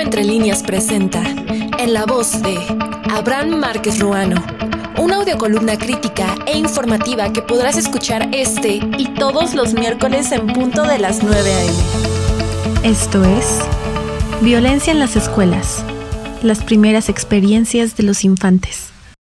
Entre Líneas presenta, en la voz de Abraham Márquez Ruano, una audiocolumna crítica e informativa que podrás escuchar este y todos los miércoles en punto de las 9 a.m. Esto es Violencia en las escuelas, las primeras experiencias de los infantes.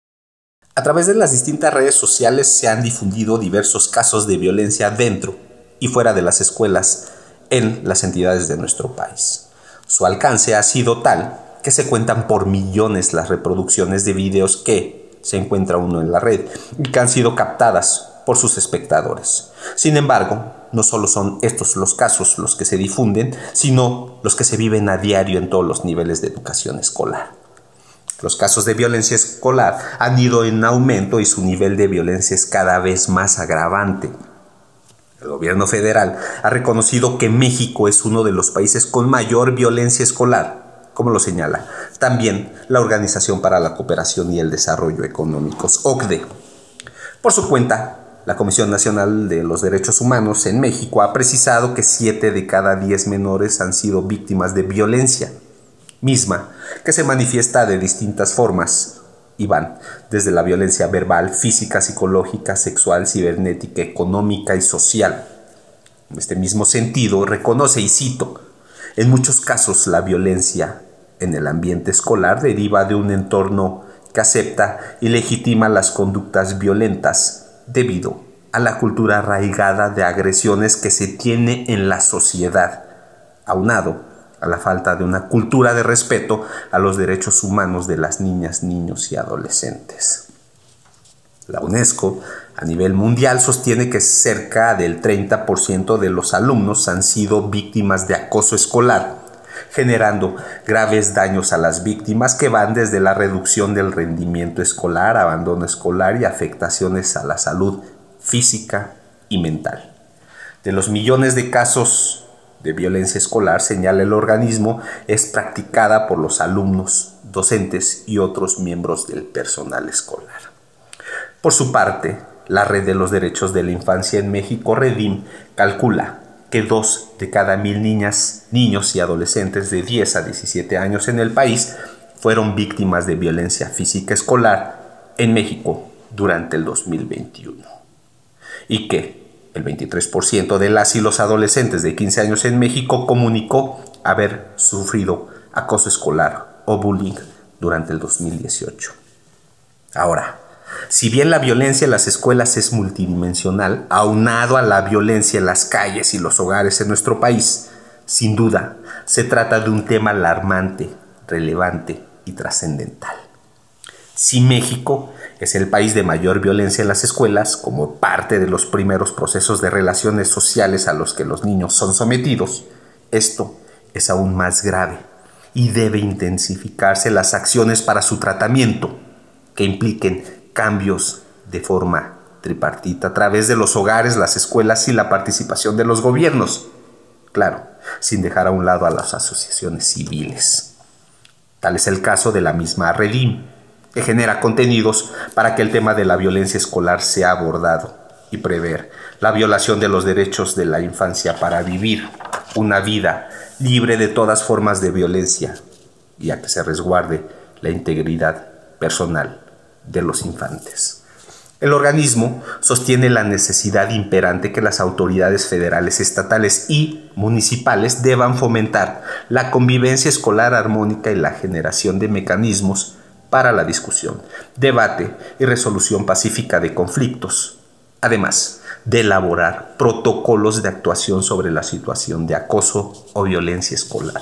A través de las distintas redes sociales se han difundido diversos casos de violencia dentro y fuera de las escuelas en las entidades de nuestro país. Su alcance ha sido tal que se cuentan por millones las reproducciones de videos que se encuentra uno en la red y que han sido captadas por sus espectadores. Sin embargo, no solo son estos los casos los que se difunden, sino los que se viven a diario en todos los niveles de educación escolar. Los casos de violencia escolar han ido en aumento y su nivel de violencia es cada vez más agravante. El gobierno federal ha reconocido que México es uno de los países con mayor violencia escolar, como lo señala también la Organización para la Cooperación y el Desarrollo Económicos, OCDE. Por su cuenta, la Comisión Nacional de los Derechos Humanos en México ha precisado que 7 de cada 10 menores han sido víctimas de violencia, misma que se manifiesta de distintas formas y van desde la violencia verbal, física, psicológica, sexual, cibernética, económica y social. En este mismo sentido, reconoce, y cito, en muchos casos la violencia en el ambiente escolar deriva de un entorno que acepta y legitima las conductas violentas debido a la cultura arraigada de agresiones que se tiene en la sociedad, aunado a la falta de una cultura de respeto a los derechos humanos de las niñas, niños y adolescentes. La UNESCO, a nivel mundial, sostiene que cerca del 30% de los alumnos han sido víctimas de acoso escolar, generando graves daños a las víctimas que van desde la reducción del rendimiento escolar, abandono escolar y afectaciones a la salud física y mental. De los millones de casos de violencia escolar, señala el organismo, es practicada por los alumnos, docentes y otros miembros del personal escolar. Por su parte, la Red de los Derechos de la Infancia en México, REDIM, calcula que 2 de cada 1,000 niñas, niños y adolescentes de 10 a 17 años en el país fueron víctimas de violencia física escolar en México durante el 2021. Y que el 23% de las y los adolescentes de 15 años en México comunicó haber sufrido acoso escolar o bullying durante el 2018. Ahora, si bien la violencia en las escuelas es multidimensional, aunado a la violencia en las calles y los hogares en nuestro país, sin duda se trata de un tema alarmante, relevante y trascendental. Si México es el país de mayor violencia en las escuelas, como parte de los primeros procesos de relaciones sociales a los que los niños son sometidos, esto es aún más grave y debe intensificarse las acciones para su tratamiento, que impliquen cambios de forma tripartita a través de los hogares, las escuelas y la participación de los gobiernos. Claro, sin dejar a un lado a las asociaciones civiles. Tal es el caso de la misma REDIM, que genera contenidos para que el tema de la violencia escolar sea abordado y prever la violación de los derechos de la infancia para vivir una vida libre de todas formas de violencia y a que se resguarde la integridad personal de los infantes. El organismo sostiene la necesidad imperante que las autoridades federales, estatales y municipales deban fomentar la convivencia escolar armónica y la generación de mecanismos para la discusión, debate y resolución pacífica de conflictos, además de elaborar protocolos de actuación sobre la situación de acoso o violencia escolar.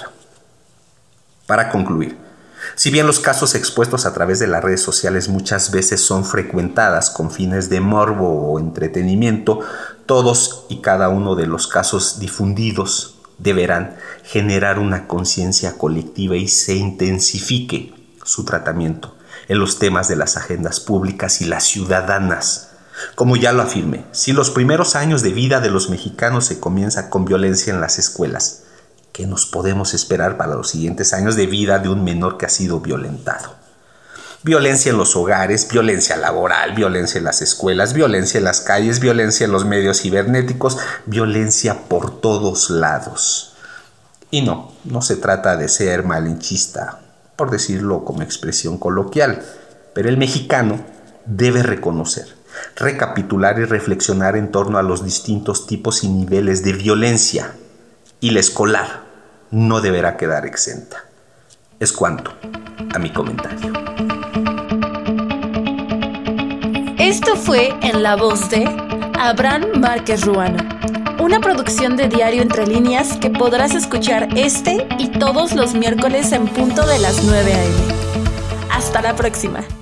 Para concluir, si bien los casos expuestos a través de las redes sociales muchas veces son frecuentadas con fines de morbo o entretenimiento, todos y cada uno de los casos difundidos deberán generar una conciencia colectiva y se intensifique su tratamiento en los temas de las agendas públicas y las ciudadanas. Como ya lo afirmé, si los primeros años de vida de los mexicanos se comienza con violencia en las escuelas, ¿qué nos podemos esperar para los siguientes años de vida de un menor que ha sido violentado? Violencia en los hogares, violencia laboral, violencia en las escuelas, violencia en las calles, violencia en los medios cibernéticos, violencia por todos lados. Y no se trata de ser malinchista, por decirlo como expresión coloquial, pero el mexicano debe reconocer, recapitular y reflexionar en torno a los distintos tipos y niveles de violencia, y la escolar no deberá quedar exenta. Es cuanto a mi comentario. Esto fue En la voz de Abraham Márquez Ruano, una producción de Diario Entre Líneas que podrás escuchar este y todos los miércoles en punto de las 9 a.m. Hasta la próxima.